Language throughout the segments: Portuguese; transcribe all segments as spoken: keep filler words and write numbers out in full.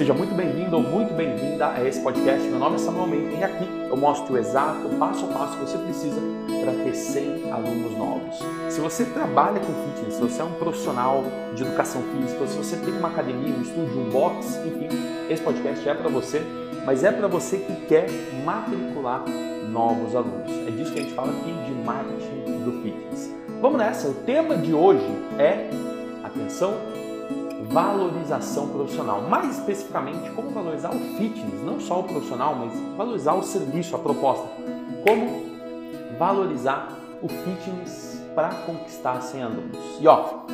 Seja muito bem-vindo ou muito bem-vinda a esse podcast. Meu nome é Samuel Mendes e aqui eu mostro o exato, passo a passo que você precisa para ter cem alunos novos. Se você trabalha com fitness, se você é um profissional de educação física, se você tem uma academia, um estúdio, um box, enfim, esse podcast é para você, mas é para você que quer matricular novos alunos. É disso que a gente fala aqui de marketing do fitness. Vamos nessa, o tema de hoje é, atenção, valorização profissional. Mais especificamente, como valorizar o fitness, não só o profissional, mas valorizar o serviço, a proposta. Como valorizar o fitness para conquistar cem alunos. E ó,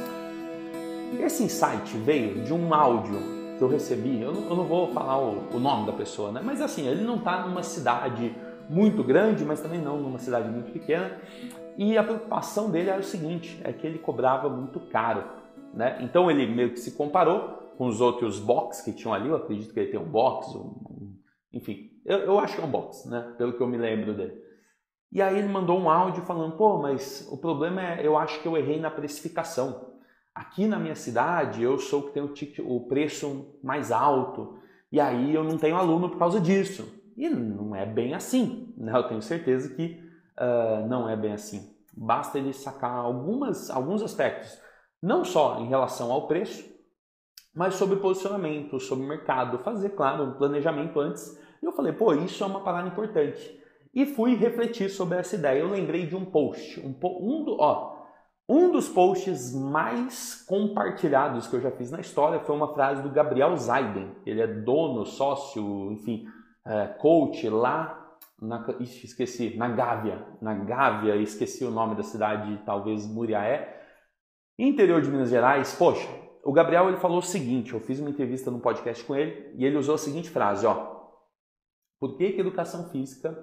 esse insight veio de um áudio que eu recebi, eu não, eu não vou falar o, o nome da pessoa, né? Mas assim, ele não está numa cidade muito grande, mas também não numa cidade muito pequena. E a preocupação dele era o seguinte, é que ele cobrava muito caro. Né? Então ele meio que se comparou com os outros box que tinham ali, eu acredito que ele tem um box, um, enfim, eu, eu acho que é um box, né? Pelo que eu me lembro dele. E aí ele mandou um áudio falando, pô, mas o problema é, eu acho que eu errei na precificação. Aqui na minha cidade eu sou que tem o, ticket, o preço mais alto e aí eu não tenho aluno por causa disso. E não é bem assim, né? Eu tenho certeza que uh, não é bem assim. Basta ele sacar algumas, alguns aspectos. Não só em relação ao preço, mas sobre posicionamento, sobre mercado, fazer, claro, um planejamento antes. E eu falei, pô, isso é uma parada importante. E fui refletir sobre essa ideia. Eu lembrei de um post, um, um, do, ó, um dos posts mais compartilhados que eu já fiz na história foi uma frase do Gabriel Zaiden. Ele é dono, sócio, enfim, é, coach lá na, ixi, esqueci, na Gávea. Na Gávea, esqueci o nome da cidade, talvez Muriaé. Interior de Minas Gerais, poxa, o Gabriel ele falou o seguinte, eu fiz uma entrevista no podcast com ele e ele usou a seguinte frase, ó, por que que a educação física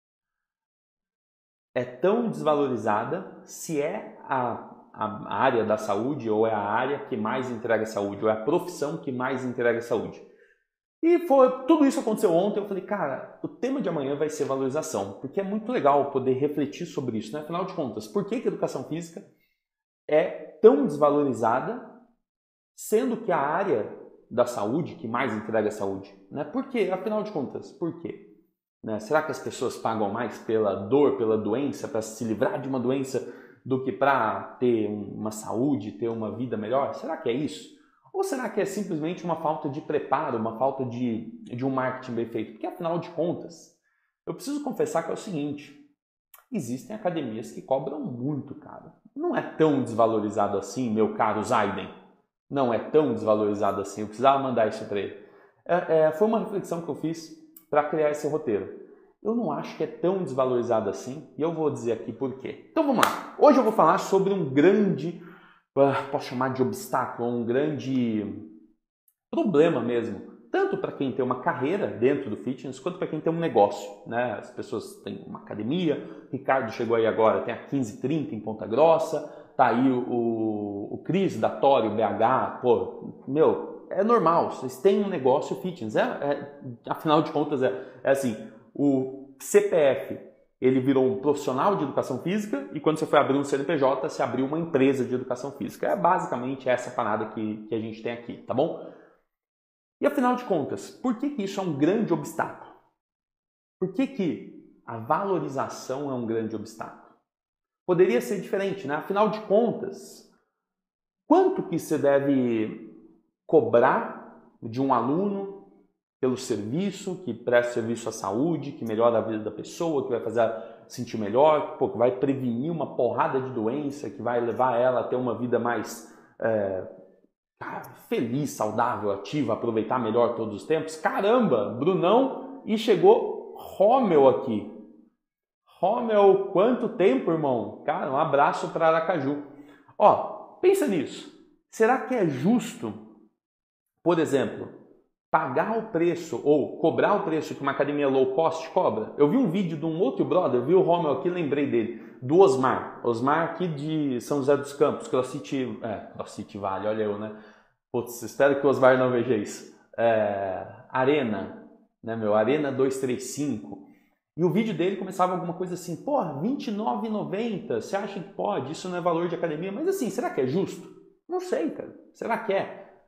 é tão desvalorizada se é a, a área da saúde ou é a área que mais entrega saúde, ou é a profissão que mais entrega saúde? E foi, tudo isso aconteceu ontem, eu falei, cara, o tema de amanhã vai ser valorização, porque é muito legal poder refletir sobre isso, né? Afinal de contas, por que que a educação física é tão desvalorizada, sendo que a área da saúde que mais entrega saúde, né? Por quê? Afinal de contas, por quê? Né? Será que as pessoas pagam mais pela dor, pela doença, para se livrar de uma doença, do que para ter uma saúde, ter uma vida melhor? Será que é isso? Ou será que é simplesmente uma falta de preparo, uma falta de, de um marketing bem feito? Porque afinal de contas, eu preciso confessar que é o seguinte, existem academias que cobram muito caro. Não é tão desvalorizado assim, meu caro Zaiden. Não é tão desvalorizado assim. Eu precisava mandar isso para ele. É, é, foi uma reflexão que eu fiz para criar esse roteiro. Eu não acho que é tão desvalorizado assim e eu vou dizer aqui por quê. Então vamos lá. Hoje eu vou falar sobre um grande, posso chamar de obstáculo, um grande problema mesmo. Tanto para quem tem uma carreira dentro do fitness, quanto para quem tem um negócio, né? As pessoas têm uma academia, o Ricardo chegou aí agora, tem a quinze trinta em Ponta Grossa, tá aí o, o, o Cris da Tório B H, pô, meu, é normal, vocês têm um negócio fitness, é, é, afinal de contas é, é assim, o C P F, ele virou um profissional de educação física e quando você foi abrir um C N P J, você abriu uma empresa de educação física. É basicamente essa parada que, que a gente tem aqui, tá bom? E afinal de contas, por que que isso é um grande obstáculo? Por que que a valorização é um grande obstáculo? Poderia ser diferente, né? Afinal de contas, quanto que você deve cobrar de um aluno pelo serviço, que presta serviço à saúde, que melhora a vida da pessoa, que vai fazer ela sentir melhor, pô, que vai prevenir uma porrada de doença, que vai levar ela a ter uma vida mais... É, feliz, saudável, ativa, aproveitar melhor todos os tempos. Caramba, Brunão, e chegou Rommel aqui. Rommel, quanto tempo, irmão? Cara, um abraço para Aracaju. Ó, pensa nisso. Será que é justo, por exemplo, pagar o preço ou cobrar o preço que uma academia low cost cobra? Eu vi um vídeo de um outro brother, eu vi o Rommel aqui, lembrei dele, do Osmar. Osmar aqui de São José dos Campos, CrossFit, é, CrossFit Vale, olha eu, né? Putz, espero que o Osmar não veja isso. É, Arena, né, meu? Arena duzentos e trinta e cinco. E o vídeo dele começava alguma coisa assim, pô, vinte e nove reais e noventa centavos, você acha que pode? Isso não é valor de academia? Mas assim, será que é justo? Não sei, cara. Será que é?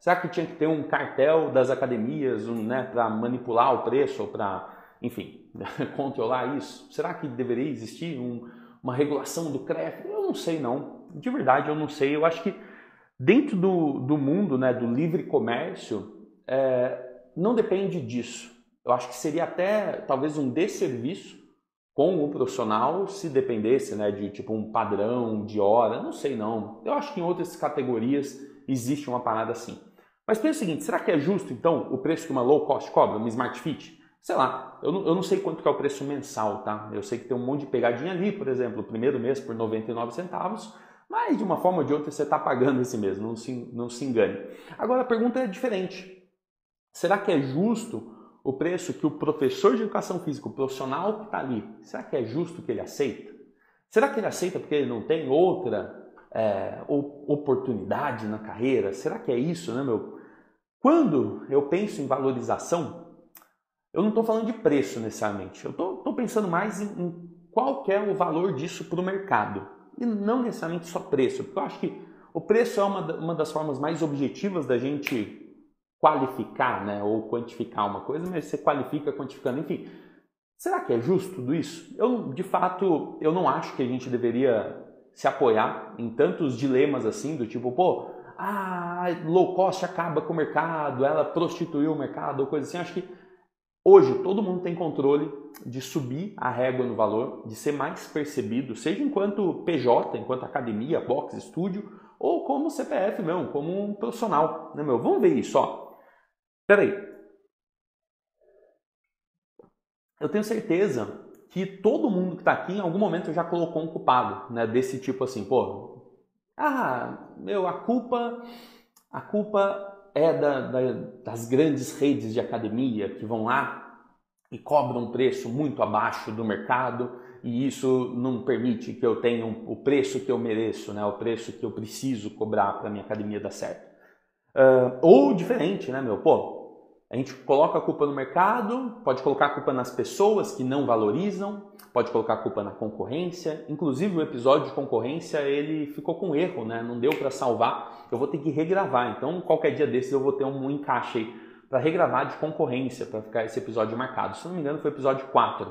Será que tinha que ter um cartel das academias, um, né, para manipular o preço ou para, enfim, controlar isso? Será que deveria existir um, uma regulação do C R E F? Eu não sei não, de verdade eu não sei. Eu acho que dentro do, do mundo, né, do livre comércio, é, não depende disso. Eu acho que seria até talvez um desserviço com o profissional se dependesse, né, de tipo um padrão de hora, não sei não. Eu acho que em outras categorias existe uma parada assim. Mas pensa o seguinte, será que é justo então o preço que uma low cost cobra, uma Smart Fit? Sei lá, eu não, eu não sei quanto que é o preço mensal, tá? Eu sei que tem um monte de pegadinha ali, por exemplo, o primeiro mês por noventa e nove centavos, mas de uma forma ou de outra você está pagando esse mês, não se, não se engane. Agora a pergunta é diferente. Será que é justo o preço que o professor de educação física, o profissional que está ali, será que é justo que ele aceita? Será que ele aceita porque ele não tem outra é, oportunidade na carreira? Será que é isso, né, meu? Quando eu penso em valorização, eu não estou falando de preço necessariamente. Eu estou pensando mais em, em qual que é o valor disso para o mercado. E não necessariamente só preço, porque eu acho que o preço é uma, uma das formas mais objetivas da gente qualificar, né, ou quantificar uma coisa, mas você qualifica quantificando, enfim. Será que é justo tudo isso? Eu, de fato, eu não acho que a gente deveria se apoiar em tantos dilemas assim, do tipo, pô, ah, low cost acaba com o mercado, ela prostituiu o mercado, ou coisa assim. Acho que hoje todo mundo tem controle de subir a régua no valor, de ser mais percebido, seja enquanto P J, enquanto academia, box, estúdio, ou como C P F mesmo, como um profissional, né, meu? Vamos ver isso, ó. Peraí, eu tenho certeza que todo mundo que está aqui em algum momento já colocou um culpado, né, desse tipo assim, pô, ah, meu, a culpa, a culpa é da, da, das grandes redes de academia que vão lá e cobram um preço muito abaixo do mercado e isso não permite que eu tenha um, o preço que eu mereço, né, o preço que eu preciso cobrar para minha academia dar certo. Uh, ou diferente, né, meu, pô, a gente coloca a culpa no mercado, pode colocar a culpa nas pessoas que não valorizam, pode colocar a culpa na concorrência. Inclusive o episódio de concorrência ele ficou com erro, né? Não deu para salvar. Eu vou ter que regravar. Então qualquer dia desses eu vou ter um encaixe aí para regravar de concorrência, para ficar esse episódio marcado. Se não me engano foi o episódio quatro.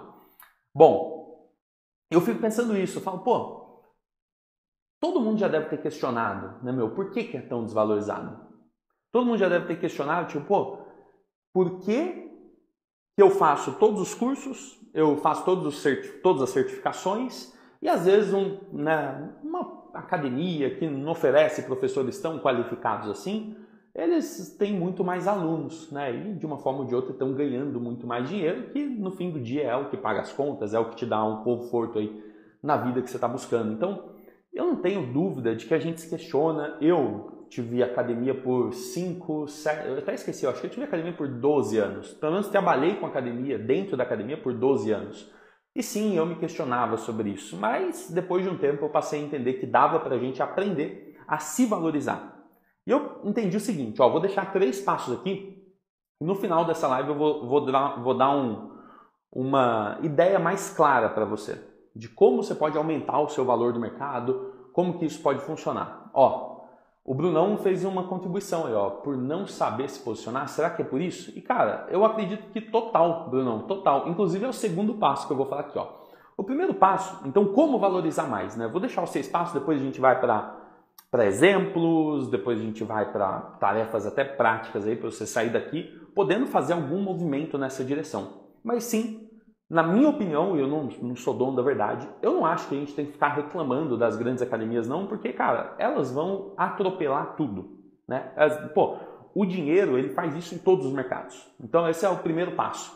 Bom, eu fico pensando isso. Eu falo, pô, todo mundo já deve ter questionado, né, meu? Por que que é tão desvalorizado? Todo mundo já deve ter questionado, tipo, pô, por que que eu faço todos os cursos, eu faço todos os certi- todas as certificações e às vezes um, né, uma academia que não oferece professores tão qualificados assim, eles têm muito mais alunos, né? E de uma forma ou de outra estão ganhando muito mais dinheiro, que no fim do dia é o que paga as contas, é o que te dá um conforto aí na vida que você está buscando. Então, eu não tenho dúvida de que a gente se questiona. Eu tive academia por cinco, sete, eu até esqueci, eu acho que eu tive academia por doze anos. Pelo menos trabalhei com academia, dentro da academia, por doze anos. E sim, eu me questionava sobre isso, mas depois de um tempo eu passei a entender que dava pra gente aprender a se valorizar. E eu entendi o seguinte, ó, vou deixar três passos aqui, e no final dessa live eu vou, vou dar, vou dar um, uma ideia mais clara para você, de como você pode aumentar o seu valor do mercado, como que isso pode funcionar. Ó, o Brunão fez uma contribuição aí, ó, por não saber se posicionar. Será que é por isso? E cara, eu acredito que total, Brunão, total. Inclusive é o segundo passo que eu vou falar aqui, ó. O primeiro passo, então, como valorizar mais, né? Vou deixar os seis passos, depois a gente vai para para exemplos, depois a gente vai para tarefas até práticas aí para você sair daqui podendo fazer algum movimento nessa direção. Mas sim, na minha opinião, e eu não, não sou dono da verdade, eu não acho que a gente tem que ficar reclamando das grandes academias não, porque, cara, elas vão atropelar tudo, né? Elas, pô, o dinheiro, ele faz isso em todos os mercados. Então, esse é o primeiro passo.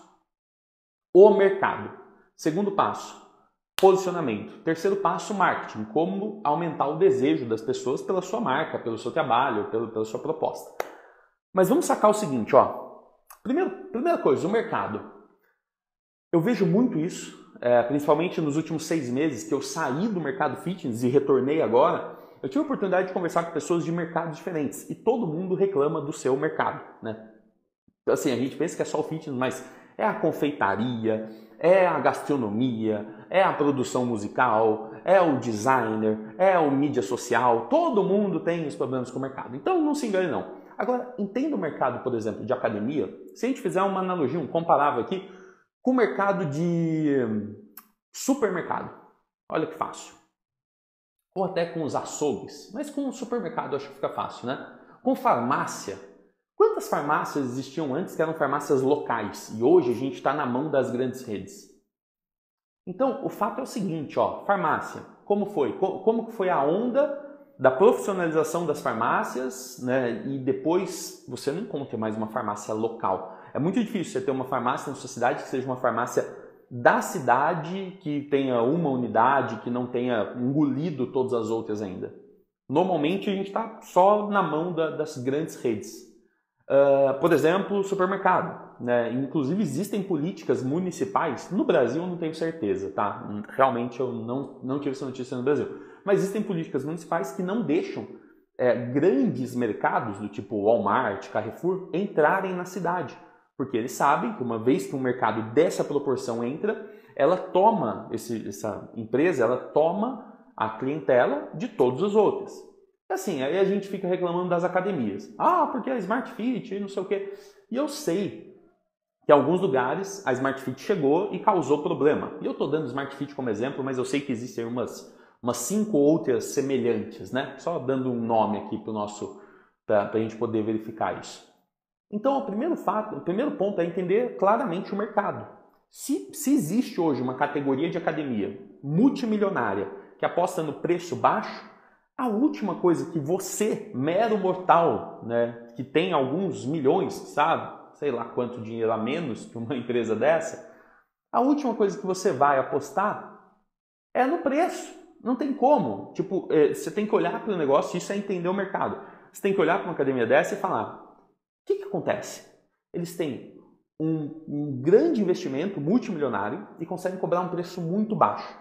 O mercado. Segundo passo, posicionamento. Terceiro passo, marketing. Como aumentar o desejo das pessoas pela sua marca, pelo seu trabalho, pelo, pela sua proposta. Mas vamos sacar o seguinte, ó. Primeiro, primeira coisa, o mercado. Eu vejo muito isso, é, principalmente nos últimos seis meses que eu saí do mercado fitness e retornei agora. Eu tive a oportunidade de conversar com pessoas de mercados diferentes e todo mundo reclama do seu mercado, né? Então, assim, a gente pensa que é só o fitness, mas é a confeitaria, é a gastronomia, é a produção musical, é o designer, é o mídia social, todo mundo tem os problemas com o mercado. Então não se engane não. Agora, entenda o mercado, por exemplo, de academia, se a gente fizer uma analogia, um comparável aqui, com o mercado de supermercado. Olha que fácil. Ou até com os açougues, mas com o supermercado eu acho que fica fácil, né? Com farmácia. Quantas farmácias existiam antes que eram farmácias locais e hoje a gente está na mão das grandes redes? Então, o fato é o seguinte, ó, farmácia, como foi? Como foi a onda da profissionalização das farmácias, né? E depois você não encontra mais uma farmácia local. É muito difícil você ter uma farmácia na sua cidade que seja uma farmácia da cidade, que tenha uma unidade, que não tenha engolido todas as outras ainda. Normalmente a gente está só na mão da, das grandes redes. Uh, por exemplo, supermercado. Né? Inclusive existem políticas municipais, no Brasil eu não tenho certeza, tá? Realmente eu não, não tive essa notícia no Brasil. Mas existem políticas municipais que não deixam é, grandes mercados, do tipo Walmart, Carrefour, entrarem na cidade. Porque eles sabem que uma vez que um mercado dessa proporção entra, ela toma, esse, essa empresa, ela toma a clientela de todos os outros. Assim, aí a gente fica reclamando das academias. Ah, porque a Smart Fit e não sei o quê. E eu sei que em alguns lugares a Smart Fit chegou e causou problema. E eu estou dando Smart Fit como exemplo, mas eu sei que existem umas, umas cinco outras semelhantes, né? Só dando um nome aqui para nosso, para a gente poder verificar isso. Então, o primeiro fato, o primeiro ponto é entender claramente o mercado. Se, se existe hoje uma categoria de academia multimilionária que aposta no preço baixo, a última coisa que você, mero mortal, né, que tem alguns milhões, sabe, sei lá quanto dinheiro a menos que uma empresa dessa, a última coisa que você vai apostar é no preço. Não tem como. Tipo, você tem que olhar para o negócio, isso é entender o mercado. Você tem que olhar para uma academia dessa e falar, o que, que acontece? Eles têm um, um grande investimento multimilionário e conseguem cobrar um preço muito baixo.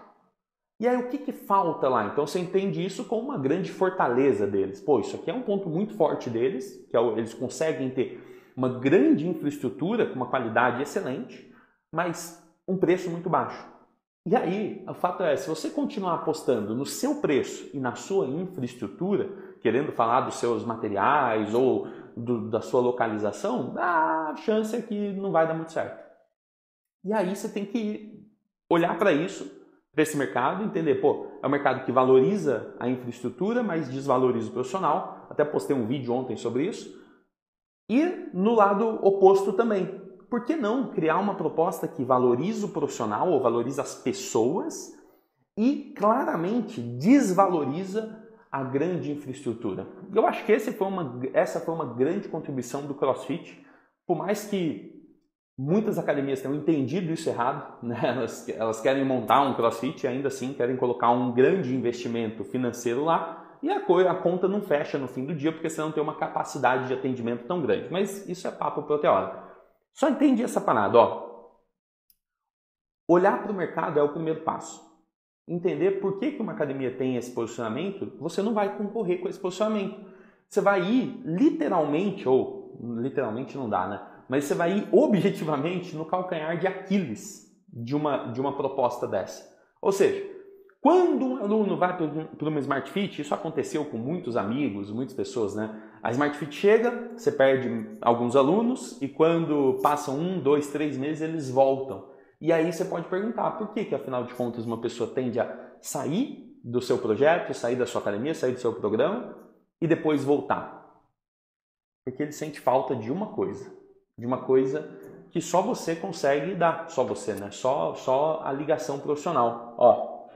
E aí o que, que falta lá? Então você entende isso como uma grande fortaleza deles. Pô, isso aqui é um ponto muito forte deles, que é, eles conseguem ter uma grande infraestrutura com uma qualidade excelente, mas um preço muito baixo. E aí, o fato é, se você continuar apostando no seu preço e na sua infraestrutura, querendo falar dos seus materiais ou do, da sua localização, a chance é que não vai dar muito certo. E aí você tem que olhar para isso, para esse mercado, entender, pô, é um mercado que valoriza a infraestrutura, mas desvaloriza o profissional. Até postei um vídeo ontem sobre isso. E no lado oposto também. Por que não criar uma proposta que valoriza o profissional ou valoriza as pessoas e claramente desvaloriza a grande infraestrutura? Eu acho que esse foi uma, essa foi uma grande contribuição do CrossFit, por mais que muitas academias tenham entendido isso errado, né? elas, elas querem montar um CrossFit e ainda assim querem colocar um grande investimento financeiro lá e a, coisa, a conta não fecha no fim do dia porque você não tem uma capacidade de atendimento tão grande. Mas isso é papo para outra hora. Só entende essa parada, ó. Olhar para o mercado é o primeiro passo. Entender por que, que uma academia tem esse posicionamento, você não vai concorrer com esse posicionamento. Você vai ir literalmente, ou literalmente não dá, né? Mas você vai ir objetivamente no calcanhar de Aquiles de uma, de uma proposta dessa. Ou seja, quando um aluno vai para uma Smart Fit, isso aconteceu com muitos amigos, muitas pessoas, né? A Smart Fit chega, você perde alguns alunos e quando passam um, dois, três meses eles voltam. E aí você pode perguntar por que, que afinal de contas uma pessoa tende a sair do seu projeto, sair da sua academia, sair do seu programa e depois voltar. Porque ele sente falta de uma coisa. De uma coisa que só você consegue dar. Só você, né? Só, só a ligação profissional. Ó,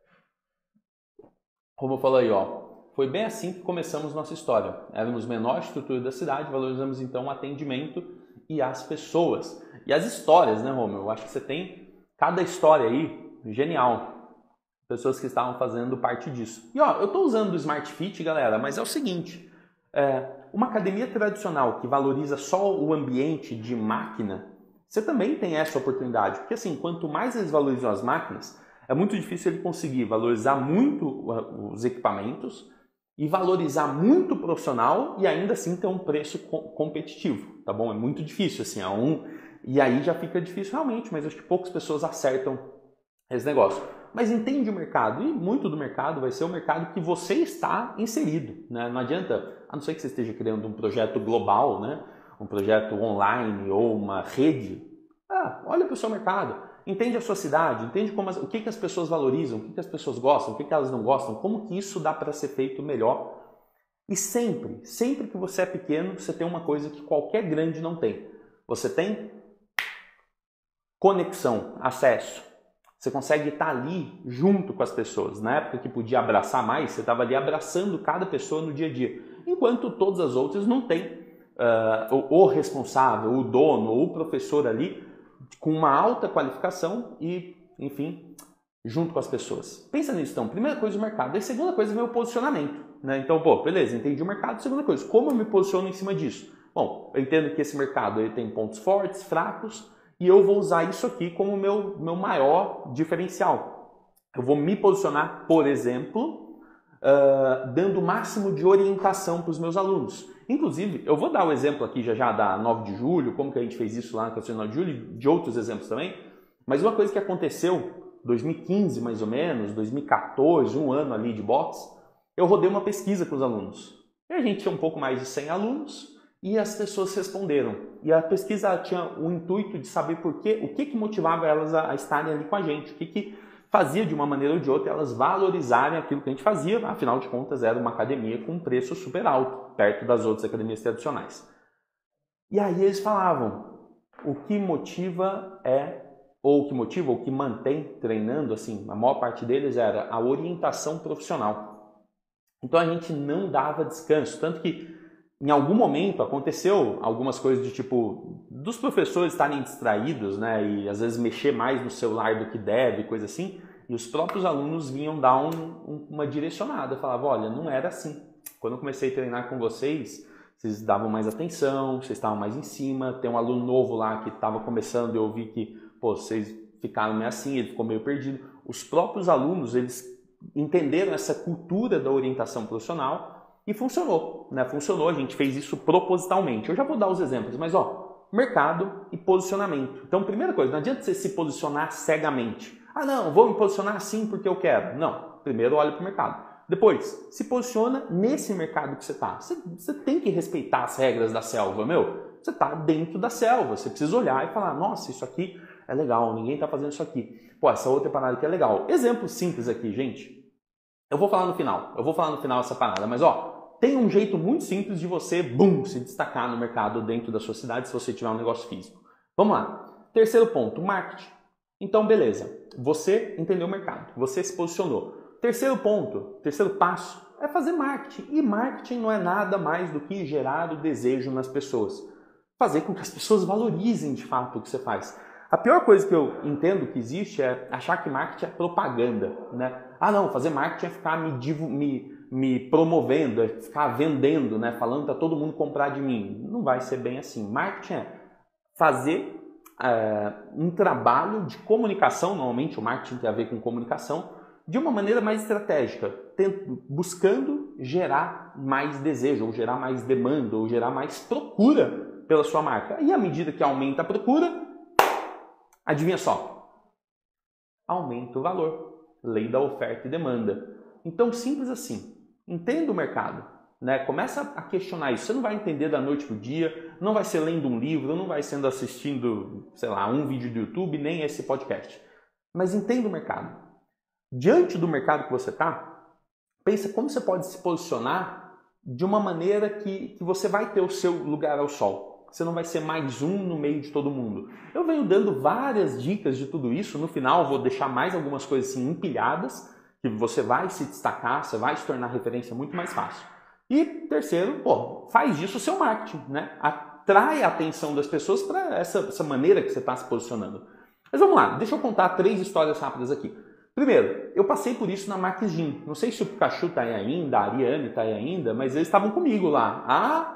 como eu falei, ó, foi bem assim que começamos nossa história. Éramos menor estrutura da cidade, valorizamos então o atendimento e as pessoas. E as histórias, né, Romeu? Eu acho que você tem cada história aí genial. Pessoas que estavam fazendo parte disso. E ó, eu tô usando o Smart Fit, galera, mas é o seguinte. É, uma academia tradicional que valoriza só o ambiente de máquina, você também tem essa oportunidade. Porque assim, quanto mais eles valorizam as máquinas, é muito difícil ele conseguir valorizar muito os equipamentos e valorizar muito o profissional e ainda assim ter um preço competitivo, tá bom? É muito difícil, assim, a um... E aí já fica difícil realmente, mas acho que poucas pessoas acertam esse negócio. mas entende o mercado. E muito do mercado vai ser o mercado que você está inserido, né? Não adianta, a não ser que você esteja criando um projeto global, né? Um projeto online ou uma rede. Ah, olha para o seu mercado, entende a sua cidade, entende como as, o que, que as pessoas valorizam, o que, que as pessoas gostam, o que, que elas não gostam, como que isso dá para ser feito melhor. E sempre, sempre que você é pequeno, você tem uma coisa que qualquer grande não tem. Você tem conexão, acesso. Você consegue estar ali junto com as pessoas. Na época que podia abraçar mais, você estava ali abraçando cada pessoa no dia a dia. Enquanto todas as outras não têm uh, o, o responsável, o dono ou o professor ali com uma alta qualificação e, enfim, junto com as pessoas. Pensa nisso então. Primeira coisa, o mercado. E segunda coisa, meu posicionamento. Né? Então, pô, beleza, entendi o mercado. Segunda coisa, como eu me posiciono em cima disso? Bom, eu entendo que esse mercado ele tem pontos fortes, fracos, e eu vou usar isso aqui como meu, meu maior diferencial. Eu vou me posicionar, por exemplo, uh, dando o máximo de orientação para os meus alunos. Inclusive, eu vou dar o exemplo aqui já já da nove de julho, como que a gente fez isso lá na Campus nove de julho, de outros exemplos também. Mas uma coisa que aconteceu em dois mil e quinze, mais ou menos, dois mil e quatorze, um ano ali de boxe, eu rodei uma pesquisa com os alunos. E a gente tinha um pouco mais de cem alunos e as pessoas responderam. E a pesquisa tinha o intuito de saber por quê, o que, que motivava elas a, a estarem ali com a gente, o que, que fazia de uma maneira ou de outra elas valorizarem aquilo que a gente fazia. Afinal de contas, era uma academia com um preço super alto, perto das outras academias tradicionais. E aí eles falavam, o que motiva é, ou o que motiva, ou o que mantém treinando, assim, a maior parte deles era a orientação profissional. Então a gente não dava descanso, tanto que em algum momento aconteceu algumas coisas de tipo, dos professores estarem distraídos, né, e às vezes mexer mais no celular do que deve, coisa assim, e os próprios alunos vinham dar um, um, uma direcionada, falavam, olha, não era assim. Quando eu comecei a treinar com vocês, vocês davam mais atenção, vocês estavam mais em cima, tem um aluno novo lá que estava começando e eu vi que, pô, vocês ficaram meio assim, ele ficou meio perdido. Os próprios alunos, eles entenderam essa cultura da orientação profissional e funcionou, né? Funcionou, a gente fez isso propositalmente. Eu já vou dar os exemplos, mas ó, mercado e posicionamento. Então, primeira coisa, não adianta você se posicionar cegamente. Ah, não, vou me posicionar assim porque eu quero. Não, primeiro olha para o mercado. Depois, se posiciona nesse mercado que você está. Você, você tem que respeitar as regras da selva, meu. Você está dentro da selva, você precisa olhar e falar, nossa, isso aqui é legal, ninguém está fazendo isso aqui. Pô, essa outra parada aqui é legal. Exemplo simples aqui, gente. Eu vou falar no final, eu vou falar no final essa parada, mas ó, tem um jeito muito simples de você, bum, se destacar no mercado dentro da sua cidade se você tiver um negócio físico. Vamos lá. Terceiro ponto, marketing. Então, beleza. Você entendeu o mercado, você se posicionou. Terceiro ponto, terceiro passo é fazer marketing. E marketing não é nada mais do que gerar o desejo nas pessoas. Fazer com que as pessoas valorizem de fato o que você faz. A pior coisa que eu entendo que existe é achar que marketing é propaganda, né? Ah, não, fazer marketing é ficar me, divu- me, me promovendo, é ficar vendendo, né? Falando para todo mundo comprar de mim. Não vai ser bem assim. Marketing é fazer é, um trabalho de comunicação, normalmente o marketing tem a ver com comunicação, de uma maneira mais estratégica, tendo, buscando gerar mais desejo, ou gerar mais demanda, ou gerar mais procura pela sua marca. E à medida que aumenta a procura, adivinha só, aumenta o valor. Lei da oferta e demanda. Então, simples assim. Entenda o mercado. Né? Começa a questionar isso. Você não vai entender da noite para o dia, não vai ser lendo um livro, não vai sendo assistindo, sei lá, um vídeo do YouTube, nem esse podcast. Mas entenda o mercado. Diante do mercado que você está, pensa como você pode se posicionar de uma maneira que, que você vai ter o seu lugar ao sol. Você não vai ser mais um no meio de todo mundo. Eu venho dando várias dicas de tudo isso. No final, vou deixar mais algumas coisas assim empilhadas, que você vai se destacar, você vai se tornar referência muito mais fácil. E terceiro, pô, faz disso o seu marketing, né? Atrai a atenção das pessoas para essa, essa maneira que você está se posicionando. Mas vamos lá, deixa eu contar três histórias rápidas aqui. Primeiro, eu passei por isso na Max Gym. Não sei se o Pikachu está aí ainda, a Ariane está aí ainda, mas eles estavam comigo lá. Ah,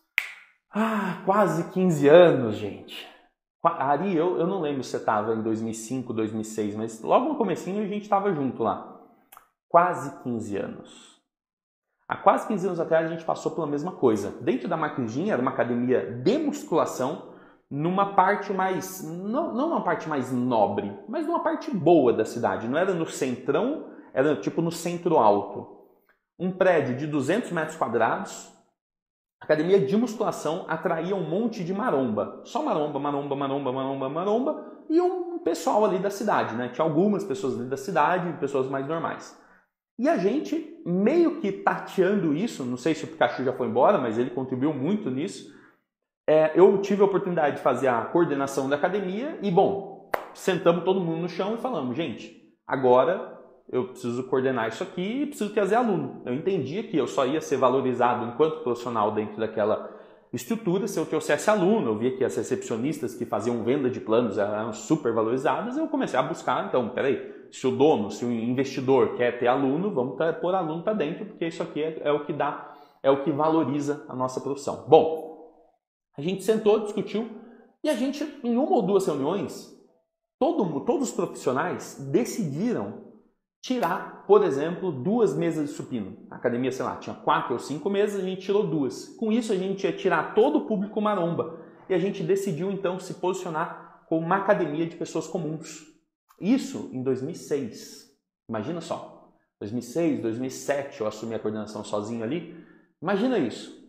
Ah, quase quinze anos, gente. Ari, eu, eu não lembro se você estava em dois mil e cinco, dois mil e seis, mas logo no comecinho a gente estava junto lá. Quase quinze anos. Há quase quinze anos atrás a gente passou pela mesma coisa. Dentro da Max Gym era uma academia de musculação, numa parte mais, não, não numa parte mais nobre, mas numa parte boa da cidade. Não era no centrão, era tipo no centro alto. Um prédio de duzentos metros quadrados, academia de musculação, atraía um monte de maromba. Só maromba, maromba, maromba, maromba, maromba, e um pessoal ali da cidade, né? Tinha algumas pessoas ali da cidade, pessoas mais normais. E a gente, meio que tateando isso, não sei se o Pikachu já foi embora, mas ele contribuiu muito nisso. É, eu tive a oportunidade de fazer a coordenação da academia e, bom, sentamos todo mundo no chão e falamos, gente, agora eu preciso coordenar isso aqui e preciso trazer aluno. Eu entendia que eu só ia ser valorizado enquanto profissional dentro daquela estrutura se eu trouxesse aluno. Eu via que as recepcionistas que faziam venda de planos eram super valorizadas, eu comecei a buscar, então, peraí, se o dono, se o investidor quer ter aluno, vamos pôr aluno para dentro, porque isso aqui é, é o que dá, é o que valoriza a nossa profissão. Bom, a gente sentou, discutiu, e a gente, em uma ou duas reuniões, todo, todos os profissionais decidiram tirar, por exemplo, duas mesas de supino. A academia, sei lá, tinha quatro ou cinco mesas, a gente tirou duas. Com isso, a gente ia tirar todo o público maromba. E a gente decidiu, então, se posicionar como uma academia de pessoas comuns. Isso em dois mil e seis. Imagina só. dois mil e seis, dois mil e sete, eu assumi a coordenação sozinho ali. Imagina isso.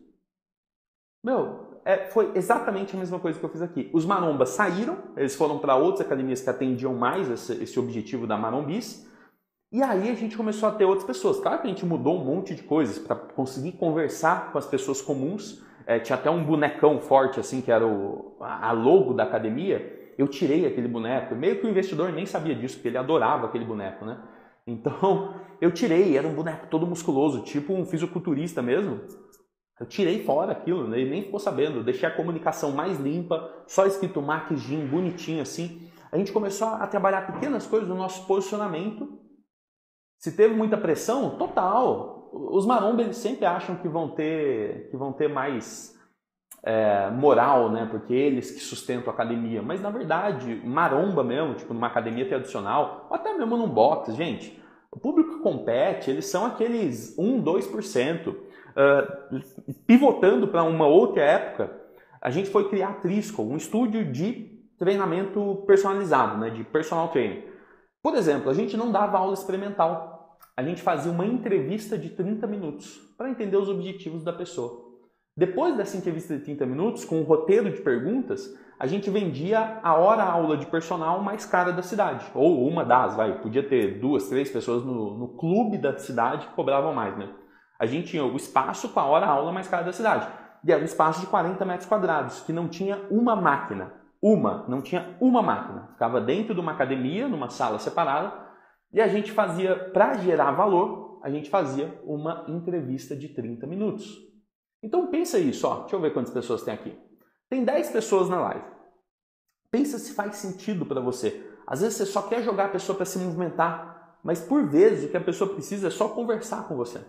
Meu... É, foi exatamente a mesma coisa que eu fiz aqui. Os marombas saíram, eles foram para outras academias que atendiam mais esse, esse objetivo da marombice, e aí a gente começou a ter outras pessoas. Claro que a gente mudou um monte de coisas para conseguir conversar com as pessoas comuns. É, tinha até um bonecão forte, assim, que era o, a logo da academia. Eu tirei aquele boneco, meio que o investidor nem sabia disso, porque ele adorava aquele boneco, né? Então, eu tirei, era um boneco todo musculoso, tipo um fisiculturista mesmo. Eu tirei fora aquilo, né? Ele nem ficou sabendo. Eu deixei a comunicação mais limpa, só escrito marketing bonitinho assim. A gente começou a trabalhar pequenas coisas no nosso posicionamento. Se teve muita pressão, total. Os maromba eles sempre acham que vão ter, que vão ter mais é, moral, né? Porque eles que sustentam a academia. Mas na verdade, maromba mesmo, tipo numa academia tradicional, ou até mesmo num box, gente, o público que compete, eles são aqueles um, dois por cento. Uh, pivotando para uma outra época, a gente foi criar a Trisco, um estúdio de treinamento personalizado, né, de personal training. Por exemplo, a gente não dava aula experimental, a gente fazia uma entrevista de trinta minutos para entender os objetivos da pessoa. Depois dessa entrevista de trinta minutos, com um roteiro de perguntas, a gente vendia a hora-aula de personal mais cara da cidade, ou uma das, vai, podia ter duas, três pessoas no, no clube da cidade que cobravam mais, né? A gente tinha o espaço com a hora-aula mais cara da cidade. E era um espaço de quarenta metros quadrados, que não tinha uma máquina. Uma, não tinha uma máquina. Ficava dentro de uma academia, numa sala separada, e a gente fazia, para gerar valor, a gente fazia uma entrevista de trinta minutos. Então pensa isso, ó, deixa eu ver quantas pessoas tem aqui. Tem dez pessoas na live. Pensa se faz sentido para você. Às vezes você só quer jogar a pessoa para se movimentar, mas por vezes o que a pessoa precisa é só conversar com você.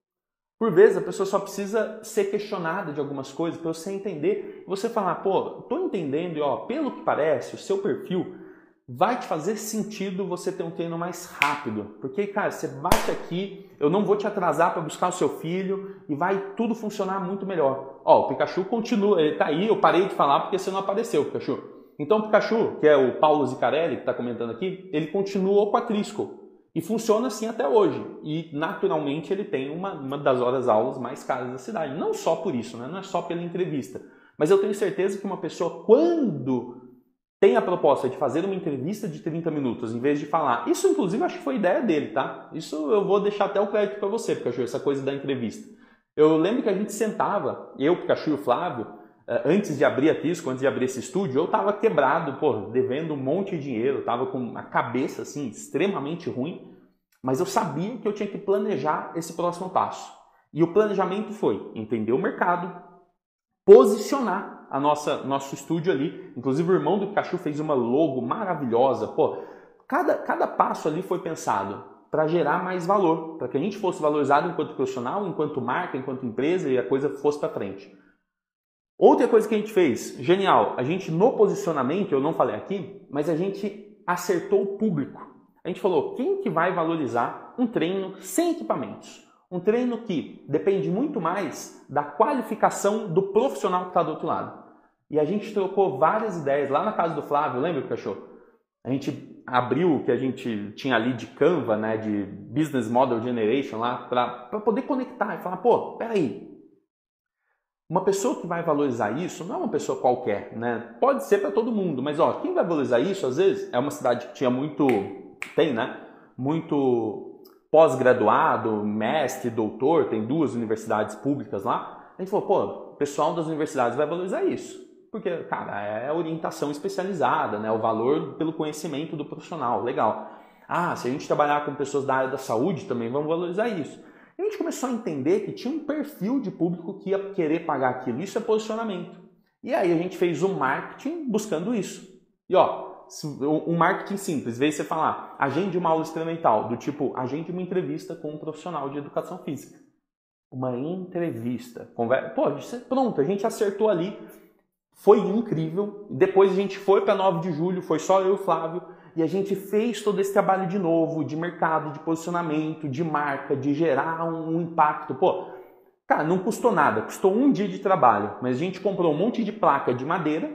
Por vezes a pessoa só precisa ser questionada de algumas coisas para você entender, você falar, pô, tô entendendo e ó, pelo que parece, o seu perfil vai te fazer sentido você ter um treino mais rápido. Porque, cara, você bate aqui, eu não vou te atrasar para buscar o seu filho e vai tudo funcionar muito melhor. Ó, o Pikachu continua, ele tá aí, eu parei de falar porque você não apareceu, Pikachu. Então o Pikachu, que é o Paulo Zicarelli que está comentando aqui, ele continuou com a Trisco. E funciona assim até hoje. E, naturalmente, ele tem uma, uma das horas-aulas mais caras da cidade. Não só por isso, né? Não é só pela entrevista. Mas eu tenho certeza que uma pessoa, quando tem a proposta de fazer uma entrevista de trinta minutos, em vez de falar... Isso, inclusive, acho que foi ideia dele, tá? Isso eu vou deixar até o crédito para você, Pikachu, essa coisa da entrevista. Eu lembro que a gente sentava, eu, Pikachu e o Flávio, antes de abrir a Trisco, antes de abrir esse estúdio, eu tava quebrado, pô, devendo um monte de dinheiro, tava com a cabeça, assim, extremamente ruim, mas eu sabia que eu tinha que planejar esse próximo passo. E o planejamento foi entender o mercado, posicionar a nossa nosso estúdio ali. Inclusive o irmão do Pikachu fez uma logo maravilhosa, pô, cada, cada passo ali foi pensado para gerar mais valor, para que a gente fosse valorizado enquanto profissional, enquanto marca, enquanto empresa e a coisa fosse para frente. Outra coisa que a gente fez, genial, a gente no posicionamento, eu não falei aqui, mas a gente acertou o público. A gente falou, quem que vai valorizar um treino sem equipamentos? Um treino que depende muito mais da qualificação do profissional que está do outro lado. E a gente trocou várias ideias lá na casa do Flávio, lembra, cachorro? A gente abriu o que a gente tinha ali de Canva, né, de Business Model Generation lá, para poder conectar e falar, pô, peraí, uma pessoa que vai valorizar isso não é uma pessoa qualquer, né? Pode ser para todo mundo, mas ó, quem vai valorizar isso, às vezes, é uma cidade que tinha muito, tem, né, muito pós-graduado, mestre, doutor, tem duas universidades públicas lá. A gente falou, pô, o pessoal das universidades vai valorizar isso. Porque, cara, é orientação especializada, né? O valor pelo conhecimento do profissional, legal. Ah, se a gente trabalhar com pessoas da área da saúde também, vamos valorizar isso. E a gente começou a entender que tinha um perfil de público que ia querer pagar aquilo. Isso é posicionamento. E aí a gente fez um marketing buscando isso. E ó, um marketing simples, em vez de você falar, agende uma aula experimental, do tipo, agende uma entrevista com um profissional de educação física. Uma entrevista. Conversa. Pô, pronto, a gente acertou ali. Foi incrível. Depois a gente foi para nove de julho, foi só eu e o Flávio, e a gente fez todo esse trabalho de novo, de mercado, de posicionamento, de marca, de gerar um impacto. Pô, cara, não custou nada, custou um dia de trabalho, mas a gente comprou um monte de placa de madeira,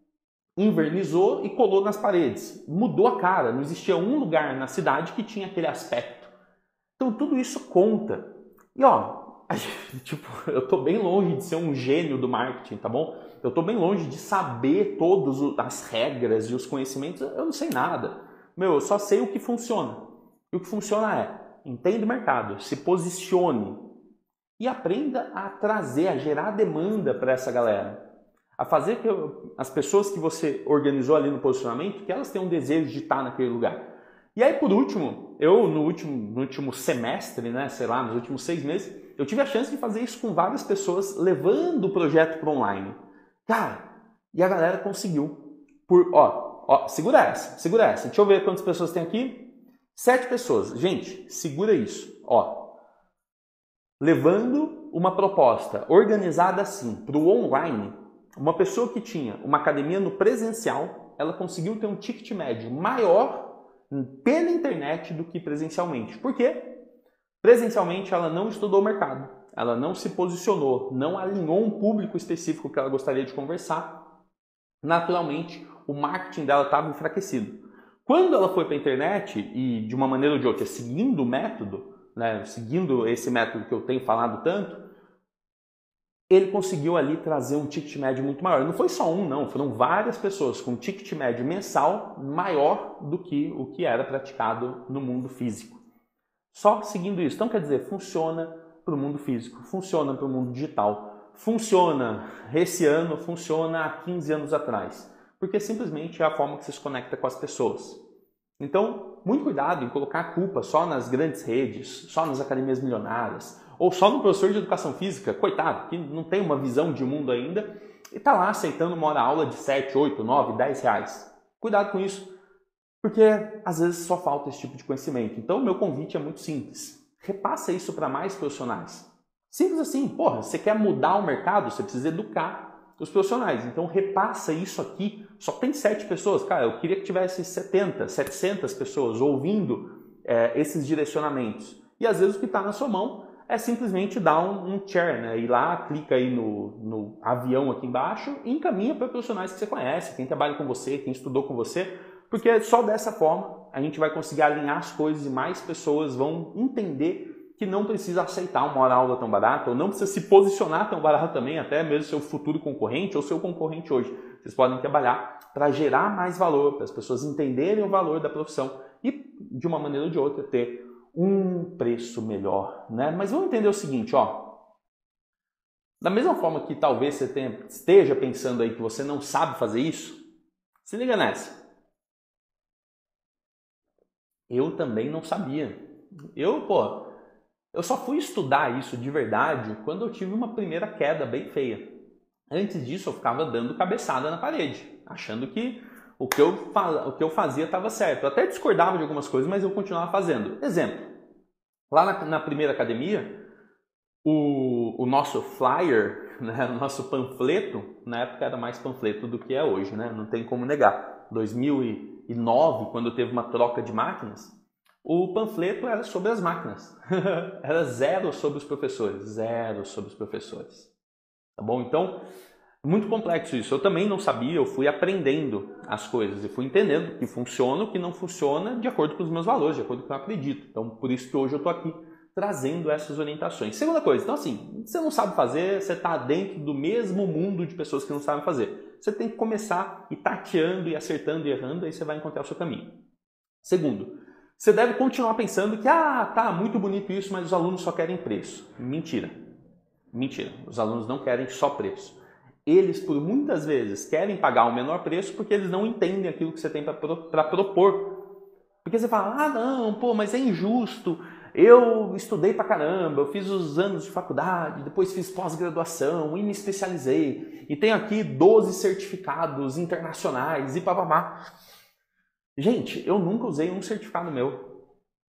invernizou e colou nas paredes. Mudou a cara, não existia um lugar na cidade que tinha aquele aspecto. Então tudo isso conta. E ó, tipo, eu tô bem longe de ser um gênio do marketing, tá bom? Eu tô bem longe de saber todas as regras e os conhecimentos, eu não sei nada. Meu, eu só sei o que funciona. E o que funciona é, entenda o mercado, se posicione e aprenda a trazer, a gerar demanda para essa galera. A fazer que eu, as pessoas que você organizou ali no posicionamento, que elas tenham desejo de estar naquele lugar. E aí, por último, eu no último, no último semestre, né, sei lá, nos últimos seis meses, eu tive a chance de fazer isso com várias pessoas, levando o projeto para online. Cara, e a galera conseguiu. Por, ó, ó, segura essa, segura essa. Deixa eu ver quantas pessoas tem aqui. Sete pessoas. Gente, segura isso. Ó, levando uma proposta organizada assim para o online, uma pessoa que tinha uma academia no presencial, ela conseguiu ter um ticket médio maior pela internet do que presencialmente. Por quê? Presencialmente ela não estudou o mercado, ela não se posicionou, não alinhou um público específico que ela gostaria de conversar. Naturalmente, o marketing dela estava enfraquecido. Quando ela foi para a internet e de uma maneira ou de outra, seguindo o método, né, seguindo esse método que eu tenho falado tanto, ele conseguiu ali trazer um ticket médio muito maior. Não foi só um, não. Foram várias pessoas com ticket médio mensal maior do que o que era praticado no mundo físico. Só seguindo isso. Então, quer dizer, funciona para o mundo físico, funciona para o mundo digital, funciona esse ano, funciona há quinze anos atrás. Porque simplesmente é a forma que você se conecta com as pessoas. Então, muito cuidado em colocar a culpa só nas grandes redes, só nas academias milionárias, ou só no professor de educação física, coitado, que não tem uma visão de mundo ainda, e está lá aceitando uma hora aula de sete, oito, nove, dez reais. Cuidado com isso, porque às vezes só falta esse tipo de conhecimento. Então, o meu convite é muito simples. Repassa isso para mais profissionais. Simples assim, porra, você quer mudar o mercado, você precisa educar os profissionais. Então, repassa isso aqui. Só tem sete pessoas. Cara, eu queria que tivesse setenta, setecentas pessoas ouvindo é, esses direcionamentos. E às vezes o que está na sua mão é simplesmente dar um, um share, né? Ir lá, clica aí no, no avião aqui embaixo e encaminha para profissionais que você conhece, quem trabalha com você, quem estudou com você, porque só dessa forma a gente vai conseguir alinhar as coisas e mais pessoas vão entender que não precisa aceitar uma hora aula tão barata, ou não precisa se posicionar tão barato também, até mesmo seu futuro concorrente ou seu concorrente hoje. Vocês podem trabalhar para gerar mais valor, para as pessoas entenderem o valor da profissão e, de uma maneira ou de outra, ter um preço melhor, né? Mas vamos entender o seguinte, ó. Da mesma forma que talvez você tenha, esteja pensando aí que você não sabe fazer isso, se liga nessa. Eu também não sabia. Eu, pô, eu só fui estudar isso de verdade quando eu tive uma primeira queda bem feia. Antes disso, eu ficava dando cabeçada na parede, achando que o que eu, o que eu fazia estava certo. Eu até discordava de algumas coisas, mas eu continuava fazendo. Exemplo, lá na, na primeira academia, o, o nosso flyer, né, o nosso panfleto, na época era mais panfleto do que é hoje, né? Não tem como negar. dois mil e nove, quando teve uma troca de máquinas, o panfleto era sobre as máquinas. Era zero sobre os professores, zero sobre os professores. Tá bom? Então, Muito complexo isso. Eu também não sabia, eu fui aprendendo as coisas e fui entendendo o que funciona, o que não funciona, de acordo com os meus valores, de acordo com o que eu acredito. Então, por isso que hoje eu estou aqui trazendo essas orientações. Segunda coisa, então assim, você não sabe fazer, você está dentro do mesmo mundo de pessoas que não sabem fazer. Você tem que começar e tateando e acertando e errando, aí você vai encontrar o seu caminho. Segundo, você deve continuar pensando que, ah, tá, muito bonito isso, mas os alunos só querem preço. Mentira. Mentira. Os alunos não querem só preço. Eles, por muitas vezes, querem pagar o menor preço porque eles não entendem aquilo que você tem para propor. Porque você fala, ah, não, pô, mas é injusto. Eu estudei pra caramba, eu fiz os anos de faculdade, depois fiz pós-graduação e me especializei. E tenho aqui doze certificados internacionais e papapá. Gente, eu nunca usei um certificado meu.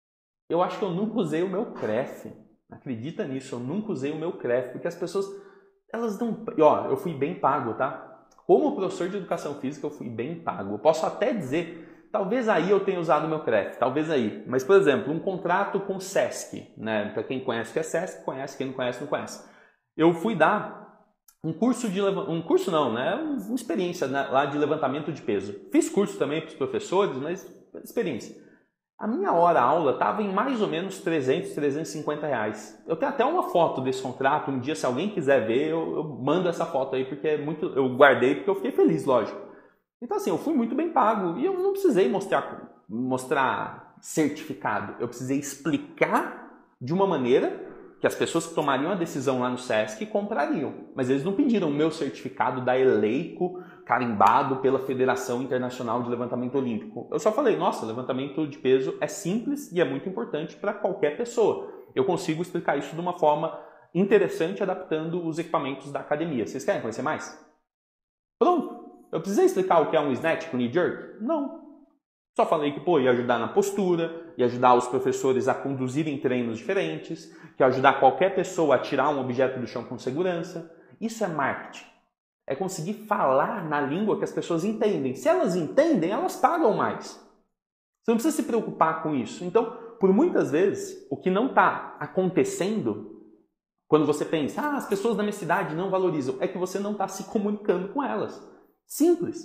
Eu acho que eu nunca usei o meu C R E F. Acredita nisso, eu nunca usei o meu C R E F, porque as pessoas, elas não... E ó, eu fui bem pago, tá? Como professor de educação física, eu fui bem pago. Eu posso até dizer, talvez aí eu tenha usado o meu C R E F, talvez aí. Mas, por exemplo, um contrato com o SESC, né? Para quem conhece o que é SESC, conhece, quem não conhece, não conhece. Eu fui dar um curso de... Um curso não, né? Uma experiência lá de levantamento de peso. Fiz curso também para os professores, mas experiência. A minha hora aula estava em mais ou menos trezentos, trezentos e cinquenta reais. Eu tenho até uma foto desse contrato. Um dia, se alguém quiser ver, eu, eu mando essa foto aí, porque é muito, eu guardei porque eu fiquei feliz, lógico. Então, assim, eu fui muito bem pago e eu não precisei mostrar, mostrar certificado. Eu precisei explicar de uma maneira que as pessoas que tomariam a decisão lá no SESC comprariam. Mas eles não pediram o meu certificado da Eleico, carimbado pela Federação Internacional de Levantamento Olímpico. Eu só falei, nossa, levantamento de peso é simples e é muito importante para qualquer pessoa. Eu consigo explicar isso de uma forma interessante, adaptando os equipamentos da academia. Vocês querem conhecer mais? Pronto. Eu precisei explicar o que é um snatch com knee jerk? Não. Só falei que pô, ia ajudar na postura, ia ajudar os professores a conduzirem treinos diferentes, que ia ajudar qualquer pessoa a tirar um objeto do chão com segurança. Isso é marketing. É conseguir falar na língua que as pessoas entendem. Se elas entendem, elas pagam mais. Você não precisa se preocupar com isso. Então, por muitas vezes, o que não está acontecendo, quando você pensa, ah, as pessoas da minha cidade não valorizam, é que você não está se comunicando com elas. Simples.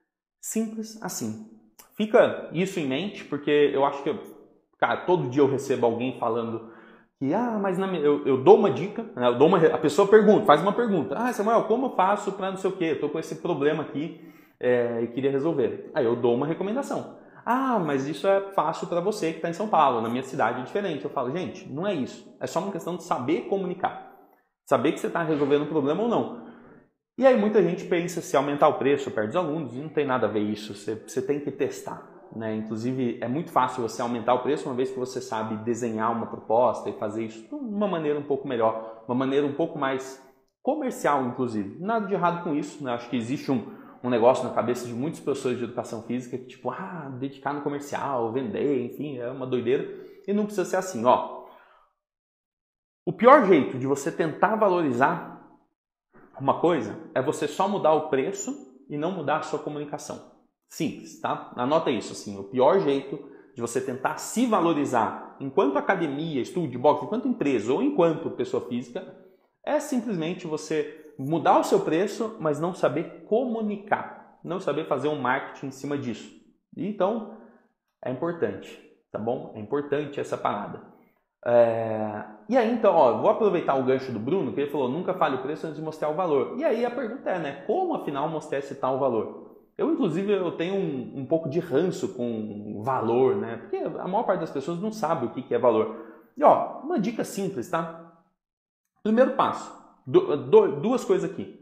Simples assim. Fica isso em mente, porque eu acho que, eu, cara, todo dia eu recebo alguém falando que, ah, mas na minha... eu, eu dou uma dica, né? eu dou uma... a pessoa pergunta, faz uma pergunta, ah, Samuel, como eu faço para não sei o quê? Eu tô com esse problema aqui é, e queria resolver. Aí eu dou uma recomendação. Ah, mas isso é fácil para você que está em São Paulo, na minha cidade é diferente. Eu falo, gente, não é isso. É só uma questão de saber comunicar. Saber que você está resolvendo um problema ou não. E aí muita gente pensa, se aumentar o preço, perde os alunos, e não tem nada a ver isso, você, você tem que testar. Né? Inclusive, é muito fácil você aumentar o preço uma vez que você sabe desenhar uma proposta e fazer isso de uma maneira um pouco melhor, uma maneira um pouco mais comercial, inclusive. Nada de errado com isso, né? Acho que existe um, um negócio na cabeça de muitos professores de educação física que tipo, ah, dedicar no comercial, vender, enfim, é uma doideira. E não precisa ser assim, ó. O pior jeito de você tentar valorizar uma coisa é você só mudar o preço e não mudar a sua comunicação. Simples, tá? Anota isso, assim, o pior jeito de você tentar se valorizar enquanto academia, estúdio de boxe, enquanto empresa ou enquanto pessoa física, é simplesmente você mudar o seu preço, mas não saber comunicar, não saber fazer um marketing em cima disso. Então, é importante, tá bom? É importante essa parada. É... E aí, então, ó, vou aproveitar o gancho do Bruno, que ele falou, nunca fale o preço antes de mostrar o valor. E aí a pergunta é, né, como afinal mostrar esse tal valor? Eu, inclusive, eu tenho um, um pouco de ranço com valor, né, porque a maior parte das pessoas não sabe o que é valor. E ó, uma dica simples, tá? Primeiro passo, du du duas coisas aqui.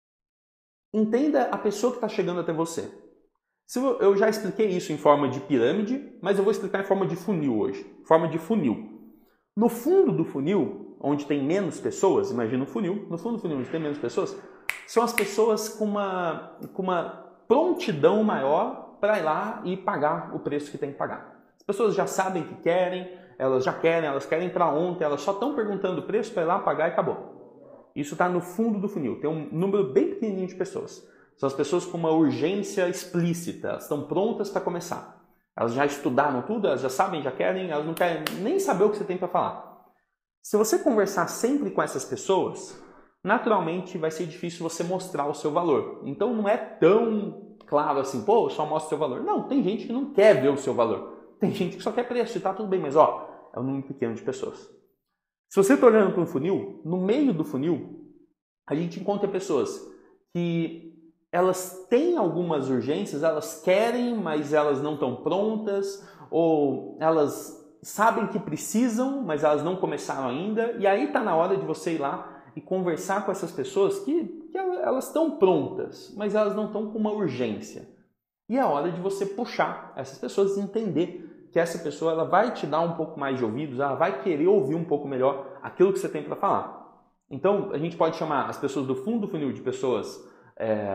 Entenda a pessoa que está chegando até você. Se eu, eu já expliquei isso em forma de pirâmide, mas eu vou explicar em forma de funil hoje. Forma de funil. No fundo do funil, onde tem menos pessoas, imagina um funil, no fundo do funil onde tem menos pessoas, são as pessoas com uma, com uma prontidão maior para ir lá e pagar o preço que tem que pagar. As pessoas já sabem o que querem, elas já querem, elas querem para ontem, elas só estão perguntando o preço para ir lá pagar e acabou. Isso está no fundo do funil, tem um número bem pequenininho de pessoas. São as pessoas com uma urgência explícita, elas estão prontas para começar. Elas já estudaram tudo, elas já sabem, já querem, elas não querem nem saber o que você tem para falar. Se você conversar sempre com essas pessoas, naturalmente vai ser difícil você mostrar o seu valor. Então não é tão claro assim, pô, eu só mostro o seu valor. Não, tem gente que não quer ver o seu valor. Tem gente que só quer preço e tá tudo bem, mas ó, é um número pequeno de pessoas. Se você está olhando para um funil, no meio do funil, a gente encontra pessoas que elas têm algumas urgências, elas querem, mas elas não estão prontas, ou elas sabem que precisam, mas elas não começaram ainda, e aí está na hora de você ir lá e conversar com essas pessoas que, que elas estão prontas, mas elas não estão com uma urgência. E é a hora de você puxar essas pessoas e entender que essa pessoa ela vai te dar um pouco mais de ouvidos, ela vai querer ouvir um pouco melhor aquilo que você tem para falar. Então, a gente pode chamar as pessoas do fundo do funil de pessoas... É...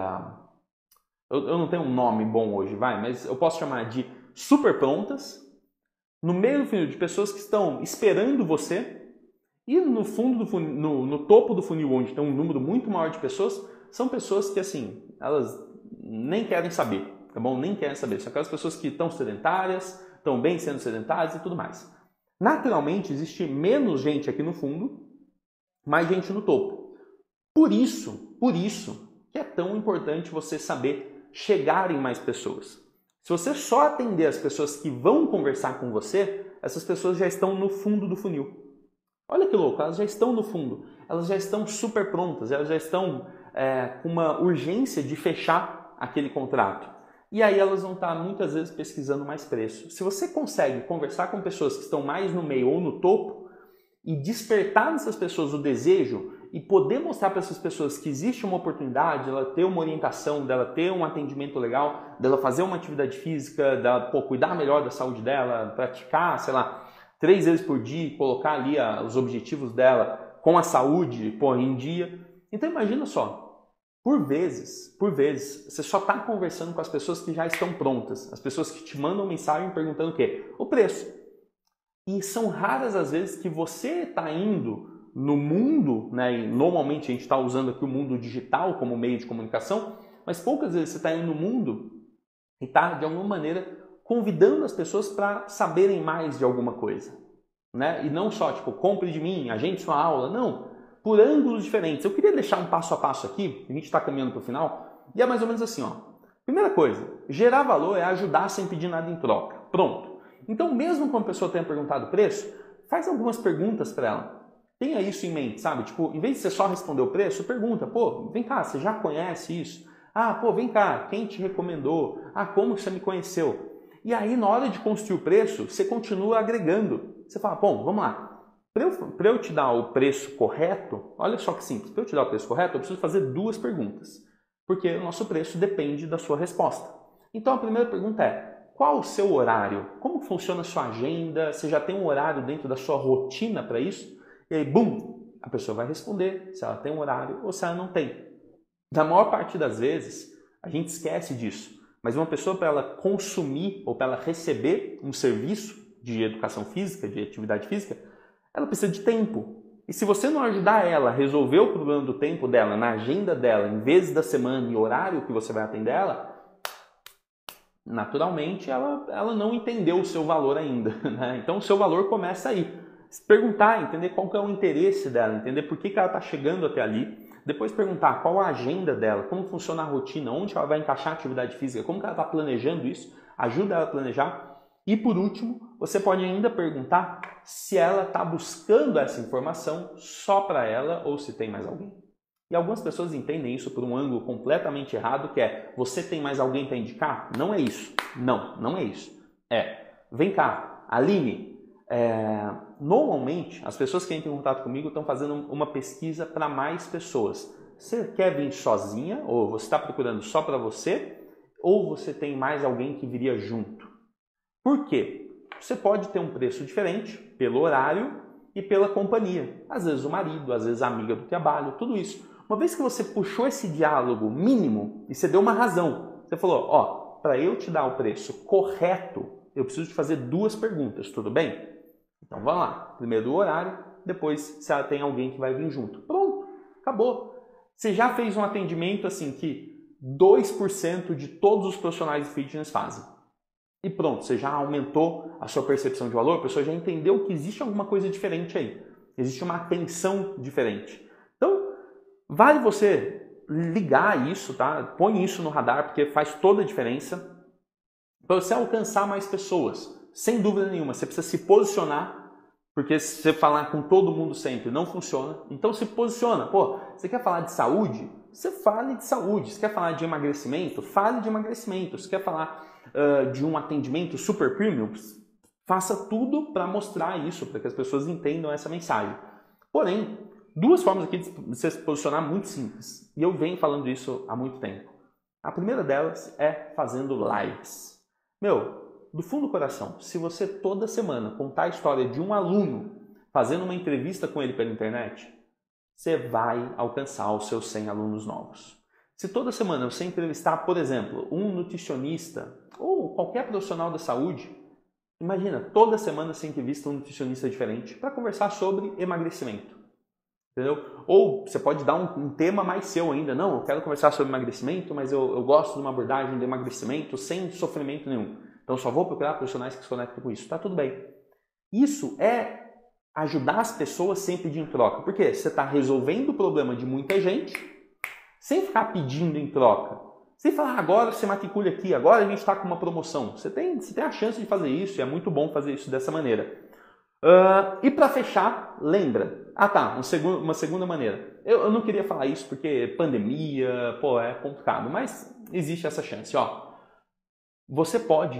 Eu, eu não tenho um nome bom hoje, vai, mas eu posso chamar de super prontas, no meio do funil de pessoas que estão esperando você, e no fundo do funil, no, no topo do funil, onde tem um número muito maior de pessoas, são pessoas que, assim, elas nem querem saber, tá bom? Nem querem saber. São aquelas pessoas que estão sedentárias, estão bem sendo sedentárias e tudo mais. Naturalmente, existe menos gente aqui no fundo, mais gente no topo. Por isso, por isso, que é tão importante você saber chegar em mais pessoas. Se você só atender as pessoas que vão conversar com você, essas pessoas já estão no fundo do funil. Olha que louco, elas já estão no fundo, elas já estão super prontas, elas já estão é, com uma urgência de fechar aquele contrato. E aí elas vão estar muitas vezes pesquisando mais preço. Se você consegue conversar com pessoas que estão mais no meio ou no topo e despertar nessas pessoas o desejo e poder mostrar para essas pessoas que existe uma oportunidade, dela ter uma orientação, dela ter um atendimento legal, dela fazer uma atividade física, dela pô, cuidar melhor da saúde dela, praticar, sei lá, três vezes por dia, colocar ali a, os objetivos dela com a saúde pô, em dia. Então imagina só, por vezes, por vezes, você só está conversando com as pessoas que já estão prontas, as pessoas que te mandam mensagem perguntando o quê? O preço. E são raras as vezes que você está indo no mundo, né, e normalmente a gente está usando aqui o mundo digital como meio de comunicação, mas poucas vezes você está indo no mundo e está, de alguma maneira, convidando as pessoas para saberem mais de alguma coisa. Né? E não só, tipo, compre de mim, agende sua aula, não. Por ângulos diferentes. Eu queria deixar um passo a passo aqui, a gente está caminhando para o final, e é mais ou menos assim, ó. Primeira coisa, gerar valor é ajudar sem pedir nada em troca. Pronto. Então, mesmo quando a pessoa tenha perguntado o preço, faz algumas perguntas para ela. Tenha isso em mente, sabe? Tipo, em vez de você só responder o preço, pergunta, pô, vem cá, você já conhece isso? Ah, pô, vem cá, quem te recomendou? Ah, como você me conheceu? E aí, na hora de construir o preço, você continua agregando. Você fala, bom, vamos lá. Para eu, para eu te dar o preço correto, olha só que simples, para eu te dar o preço correto, eu preciso fazer duas perguntas. Porque o nosso preço depende da sua resposta. Então, a primeira pergunta é, qual o seu horário? Como funciona a sua agenda? Você já tem um horário dentro da sua rotina para isso? E aí, bum, a pessoa vai responder se ela tem um horário ou se ela não tem. Na maior parte das vezes, a gente esquece disso. Mas uma pessoa, para ela consumir ou para ela receber um serviço de educação física, de atividade física, ela precisa de tempo. E se você não ajudar ela a resolver o problema do tempo dela, na agenda dela, em vez da semana e horário que você vai atender ela, naturalmente ela, ela não entendeu o seu valor ainda. Né? Então o seu valor começa aí. Se perguntar, entender qual que é o interesse dela, entender por que, que ela está chegando até ali. Depois perguntar qual a agenda dela, como funciona a rotina, onde ela vai encaixar a atividade física, como que ela está planejando isso, ajuda ela a planejar. E por último, você pode ainda perguntar se ela está buscando essa informação só para ela ou se tem mais alguém. E algumas pessoas entendem isso por um ângulo completamente errado, que é, você tem mais alguém para indicar? Não é isso. Não, não é isso. É, vem cá, Aline, é, normalmente as pessoas que entram em contato comigo estão fazendo uma pesquisa para mais pessoas. Você quer vir sozinha ou você está procurando só para você ou você tem mais alguém que viria junto? Por quê? Você pode ter um preço diferente pelo horário e pela companhia. Às vezes o marido, às vezes a amiga do trabalho, tudo isso. Uma vez que você puxou esse diálogo mínimo e você deu uma razão, você falou, ó, para eu te dar o preço correto, eu preciso te fazer duas perguntas, tudo bem? Então vamos lá. Primeiro o horário, depois se ela tem alguém que vai vir junto. Pronto, acabou. Você já fez um atendimento assim que dois por cento de todos os profissionais de fitness fazem. E pronto, você já aumentou a sua percepção de valor, a pessoa já entendeu que existe alguma coisa diferente aí. Existe uma atenção diferente. Então, Vale você ligar isso, tá? Põe isso no radar, porque faz toda a diferença para você alcançar mais pessoas. Sem dúvida nenhuma, você precisa se posicionar, porque se você falar com todo mundo sempre não funciona. Então se posiciona. Pô, você quer falar de saúde? Você fale de saúde. Você quer falar de emagrecimento? Fale de emagrecimento. Você quer falar uh, de um atendimento super premium? Faça tudo para mostrar isso, para que as pessoas entendam essa mensagem. Porém, duas formas aqui de você se posicionar muito simples. E eu venho falando isso há muito tempo. A primeira delas é fazendo lives. Meu, do fundo do coração, se você toda semana contar a história de um aluno fazendo uma entrevista com ele pela internet, você vai alcançar os seus cem alunos novos. Se toda semana você entrevistar, por exemplo, um nutricionista ou qualquer profissional da saúde, imagina, toda semana você entrevista um nutricionista diferente para conversar sobre emagrecimento. Entendeu? Ou você pode dar um, um tema mais seu ainda. Não, eu quero conversar sobre emagrecimento, mas eu, eu gosto de uma abordagem de emagrecimento sem sofrimento nenhum. Então só vou procurar profissionais que se conectam com isso. Tá tudo bem. Isso é ajudar as pessoas sem pedir em troca. Por quê? Você está resolvendo o problema de muita gente sem ficar pedindo em troca. Sem falar, ah, agora você matricule aqui, agora a gente está com uma promoção. Você tem, você tem a chance de fazer isso e é muito bom fazer isso dessa maneira. Uh, e para fechar, lembra. Ah tá, um segundo, uma segunda maneira. Eu, eu não queria falar isso porque pandemia, pô, é complicado, mas existe essa chance. Ó. Você pode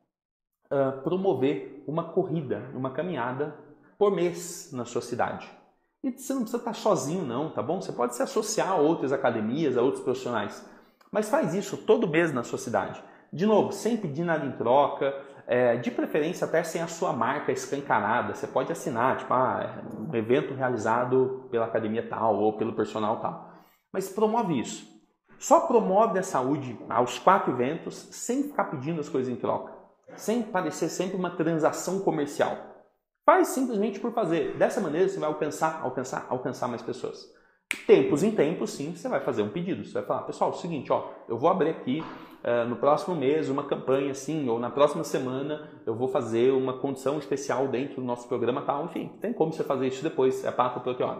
uh, promover uma corrida, uma caminhada por mês na sua cidade. E você não precisa estar sozinho não, tá bom? Você pode se associar a outras academias, a outros profissionais. Mas faz isso todo mês na sua cidade. De novo, sem pedir nada em troca, é, de preferência até sem a sua marca escancarada. Você pode assinar, tipo, ah, um evento realizado pela academia tal ou pelo personal tal. Mas promove isso. Só promove a saúde aos quatro eventos sem ficar pedindo as coisas em troca. Sem parecer sempre uma transação comercial. Faz simplesmente por fazer. Dessa maneira você vai alcançar, alcançar, alcançar mais pessoas. Tempos em tempos, sim, você vai fazer um pedido. Você vai falar, pessoal, é o seguinte, ó, eu vou abrir aqui uh, no próximo mês uma campanha assim, ou na próxima semana eu vou fazer uma condição especial dentro do nosso programa tal. Enfim, tem como você fazer isso depois, é papo para outra hora.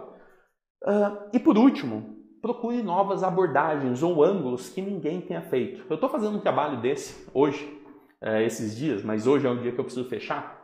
Uh, e por último, procure novas abordagens ou ângulos que ninguém tenha feito. Eu estou fazendo um trabalho desse hoje, uh, esses dias, mas hoje é um dia que eu preciso fechar.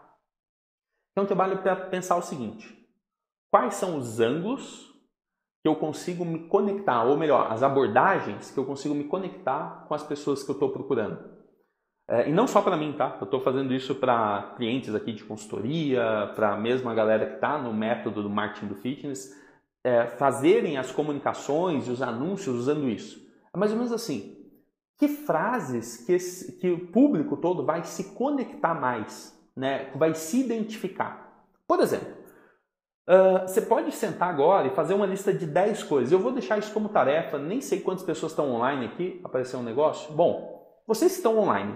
É um trabalho para pensar o seguinte, quais são os ângulos que eu consigo me conectar, ou melhor, as abordagens que eu consigo me conectar com as pessoas que eu estou procurando. É, e não só para mim, tá? Eu estou fazendo isso para clientes aqui de consultoria, para a mesma galera que está no método do marketing do fitness, é, fazerem as comunicações e os anúncios usando isso. É mais ou menos assim, que frases que, esse, que o público todo vai se conectar mais, né? Vai se identificar. Por exemplo, Uh, você pode sentar agora e fazer uma lista de dez coisas. Eu vou deixar isso como tarefa, nem sei quantas pessoas estão online aqui, apareceu um negócio. Bom, vocês estão online.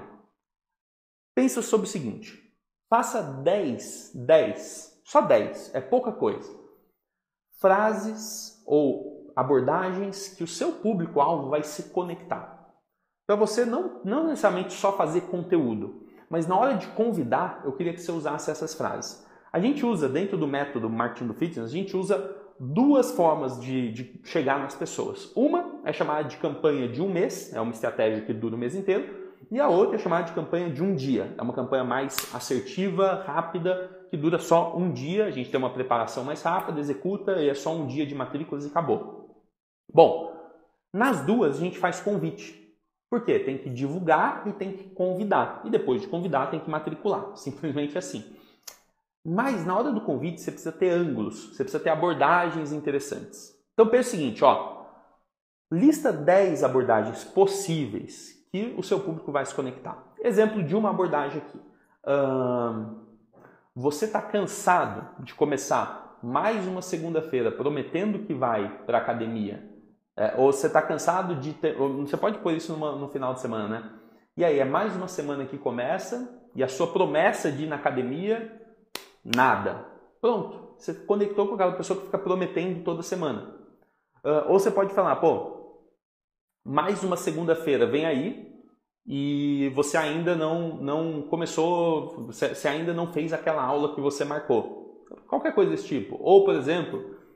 Pensa sobre o seguinte, faça dez, dez, só dez, é pouca coisa. Frases ou abordagens que o seu público-alvo vai se conectar. Para você não, não necessariamente só fazer conteúdo, mas na hora de convidar, eu queria que você usasse essas frases. A gente usa, dentro do método marketing do fitness, a gente usa duas formas de, de chegar nas pessoas. Uma é chamada de campanha de um mês, é uma estratégia que dura o mês inteiro, e a outra é chamada de campanha de um dia. É uma campanha mais assertiva, rápida, que dura só um dia, a gente tem uma preparação mais rápida, executa e é só um dia de matrículas e acabou. Bom, nas duas a gente faz convite. Por quê? Tem que divulgar e tem que convidar. E depois de convidar tem que matricular. Simplesmente assim. Mas na hora do convite você precisa ter ângulos, você precisa ter abordagens interessantes. Então pensa o seguinte, ó, lista dez abordagens possíveis que o seu público vai se conectar. Exemplo de uma abordagem aqui. Hum, você está cansado de começar mais uma segunda-feira prometendo que vai para a academia? É, ou você está cansado de ter... Você pode pôr isso numa, no final de semana, né? E aí, é mais uma semana que começa e a sua promessa de ir na academia... Nada. Pronto. Você conectou com aquela pessoa que fica prometendo toda semana. Uh, ou você pode falar, pô, mais uma segunda-feira vem aí e você ainda não, não começou, você ainda não fez aquela aula que você marcou. Qualquer coisa desse tipo. Ou, por exemplo,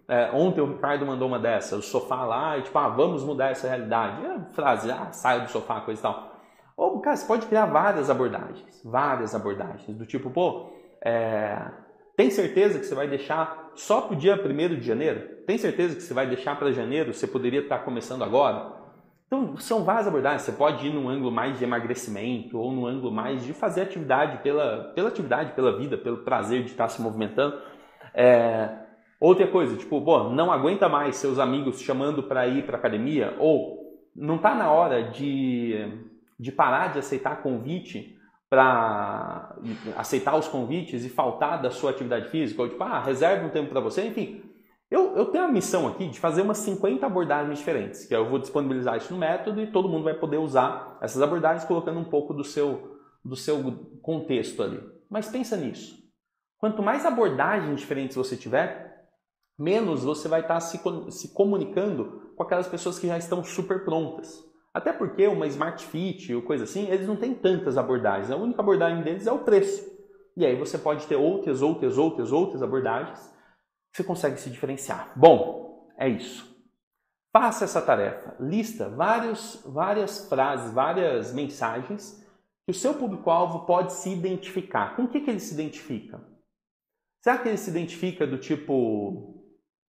É, ontem o Ricardo mandou uma dessa, o sofá lá, e tipo, ah, vamos mudar essa realidade. É frase, ah, saia do sofá, coisa e tal. Ou, cara, você pode criar várias abordagens, várias abordagens, do tipo, pô, é, tem certeza que você vai deixar só pro dia primeiro de janeiro? Tem certeza que você vai deixar para janeiro? Você poderia estar começando agora? Então, são várias abordagens. Você pode ir num ângulo mais de emagrecimento ou num ângulo mais de fazer atividade pela, pela atividade, pela vida, pelo prazer de estar se movimentando. É, outra coisa, tipo, pô, não aguenta mais seus amigos chamando para ir para academia, ou não está na hora de, de parar de aceitar convite para aceitar os convites e faltar da sua atividade física, ou tipo, ah, reserve um tempo para você, enfim. Eu, eu tenho a missão aqui de fazer umas cinquenta abordagens diferentes, que eu vou disponibilizar isso no método e todo mundo vai poder usar essas abordagens colocando um pouco do seu, do seu contexto ali. Mas pensa nisso. Quanto mais abordagens diferentes você tiver, menos você vai estar se, se comunicando com aquelas pessoas que já estão super prontas. Até porque uma Smart Fit ou coisa assim, eles não têm tantas abordagens. A única abordagem deles é o preço. E aí você pode ter outras, outras, outras, outras abordagens. Você consegue se diferenciar. Bom, é isso. Faça essa tarefa. Lista vários, várias frases, várias mensagens que o seu público-alvo pode se identificar. Com o que, que ele se identifica? Será que ele se identifica do tipo...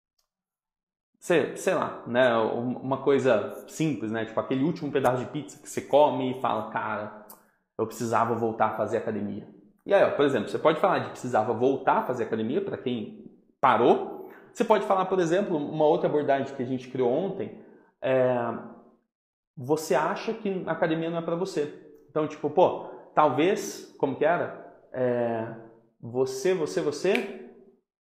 Sei, sei lá, né? Uma coisa simples, né? Tipo aquele último pedaço de pizza que você come e fala, cara, eu precisava voltar a fazer academia. E aí, ó, por exemplo, você pode falar de precisava voltar a fazer academia para quem parou. Você pode falar, por exemplo, uma outra abordagem que a gente criou ontem, é, você acha que a academia não é para você. Então, tipo, pô, talvez, como que era? É, você, você, você,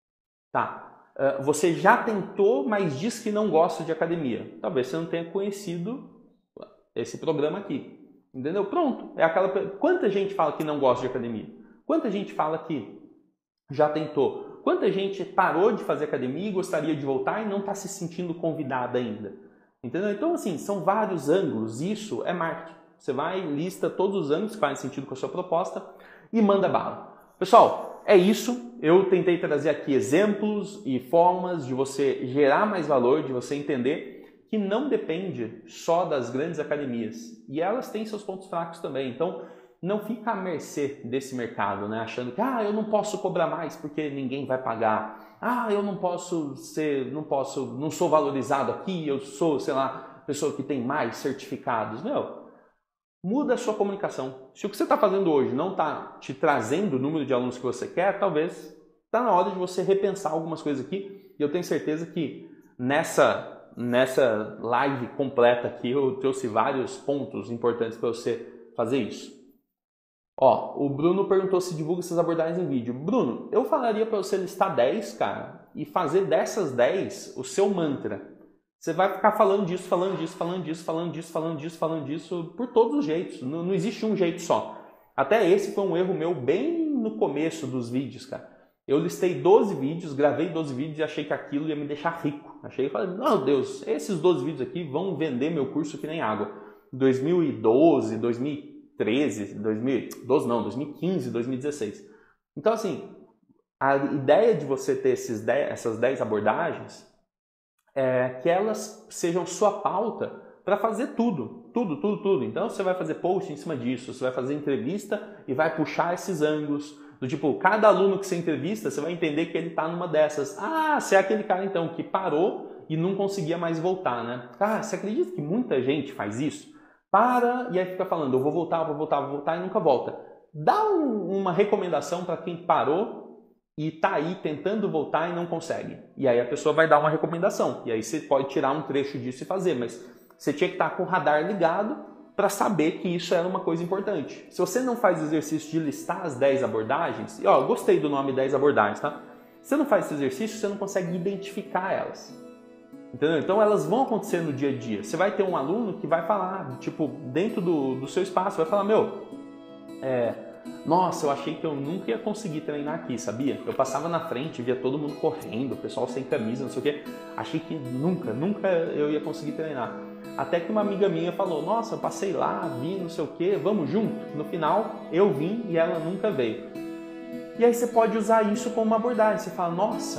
tá. É, você já tentou, mas diz que não gosta de academia. Talvez você não tenha conhecido esse programa aqui. Entendeu? Pronto. É aquela. Quanta gente fala que não gosta de academia? Quanta gente fala que já tentou? Quanta gente parou de fazer academia e gostaria de voltar e não está se sentindo convidada ainda? Entendeu? Então, assim, são vários ângulos. Isso é marketing. Você vai, lista todos os ângulos que fazem sentido com a sua proposta e manda bala. Pessoal, é isso. Eu tentei trazer aqui exemplos e formas de você gerar mais valor, de você entender que não depende só das grandes academias. E elas têm seus pontos fracos também. Então, não fica à mercê desse mercado, né? Achando que ah, eu não posso cobrar mais porque ninguém vai pagar. Ah, eu não posso ser, não posso, não sou valorizado aqui, eu sou, sei lá, pessoa que tem mais certificados. Meu, muda a sua comunicação. Se o que você está fazendo hoje não está te trazendo o número de alunos que você quer, talvez está na hora de você repensar algumas coisas aqui. E eu tenho certeza que nessa, nessa live completa aqui eu trouxe vários pontos importantes para você fazer isso. Ó, o Bruno perguntou se divulga essas abordagens em vídeo. Bruno, eu falaria para você listar dez, cara, e fazer dessas dez o seu mantra. Você vai ficar falando disso, falando disso, falando disso, falando disso, falando disso, falando disso, por todos os jeitos. Não, não existe um jeito só. Até esse foi um erro meu bem no começo dos vídeos, cara. Eu listei doze vídeos, gravei doze vídeos e achei que aquilo ia me deixar rico. Achei e falei, meu Deus, esses doze vídeos aqui vão vender meu curso que nem água. dois mil e doze, dois mil e treze, dois mil e doze não, dois mil e quinze, dois mil e dezesseis. Então, assim, a ideia de você ter esses dez, essas dez abordagens é que elas sejam sua pauta para fazer tudo, tudo, tudo, tudo. Então, você vai fazer post em cima disso, você vai fazer entrevista e vai puxar esses ângulos. Do tipo, cada aluno que você entrevista, você vai entender que ele está numa dessas. Ah, você é aquele cara, então, que parou e não conseguia mais voltar, né? Cara, você acredita que muita gente faz isso? Para e aí fica falando, eu vou voltar, eu vou voltar, eu vou voltar e nunca volta. Dá um, uma recomendação para quem parou e está aí tentando voltar e não consegue. E aí a pessoa vai dar uma recomendação. E aí você pode tirar um trecho disso e fazer, mas você tinha que estar com o radar ligado para saber que isso era uma coisa importante. Se você não faz o exercício de listar as dez abordagens, e ó, eu gostei do nome dez abordagens, tá? Se você não faz esse exercício, você não consegue identificar elas. Entendeu? Então elas vão acontecer no dia a dia. Você vai ter um aluno que vai falar, tipo, dentro do, do seu espaço, vai falar, meu, é, nossa, eu achei que eu nunca ia conseguir treinar aqui, sabia? Eu passava na frente, via todo mundo correndo, o pessoal sem camisa, não sei o quê. Achei que nunca, nunca eu ia conseguir treinar. Até que uma amiga minha falou, nossa, eu passei lá, vi, não sei o quê, vamos junto? No final, eu vim e ela nunca veio. E aí você pode usar isso como uma abordagem. Você fala, nossa,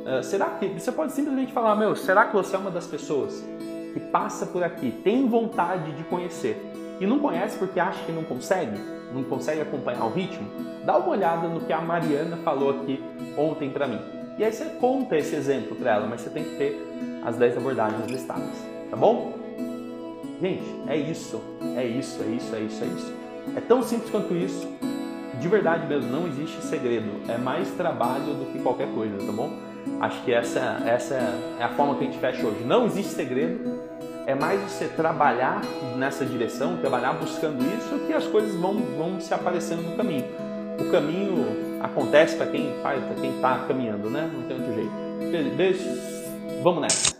Uh, será que você pode simplesmente falar, meu, será que você é uma das pessoas que passa por aqui, tem vontade de conhecer e não conhece porque acha que não consegue, não consegue acompanhar o ritmo? Dá uma olhada no que a Mariana falou aqui ontem para mim. E aí você conta esse exemplo para ela, mas você tem que ter as dez abordagens listadas, tá bom? Gente, é isso, é isso, é isso, é isso, é isso. É tão simples quanto isso. De verdade mesmo, não existe segredo. É mais trabalho do que qualquer coisa, tá bom? Acho que essa, essa é a forma que a gente fecha hoje. Não existe segredo. É mais você trabalhar nessa direção, trabalhar buscando isso, que as coisas vão, vão se aparecendo no caminho. O caminho acontece para quem faz, para quem está caminhando, né? Não tem outro jeito. Beijo. Vamos nessa.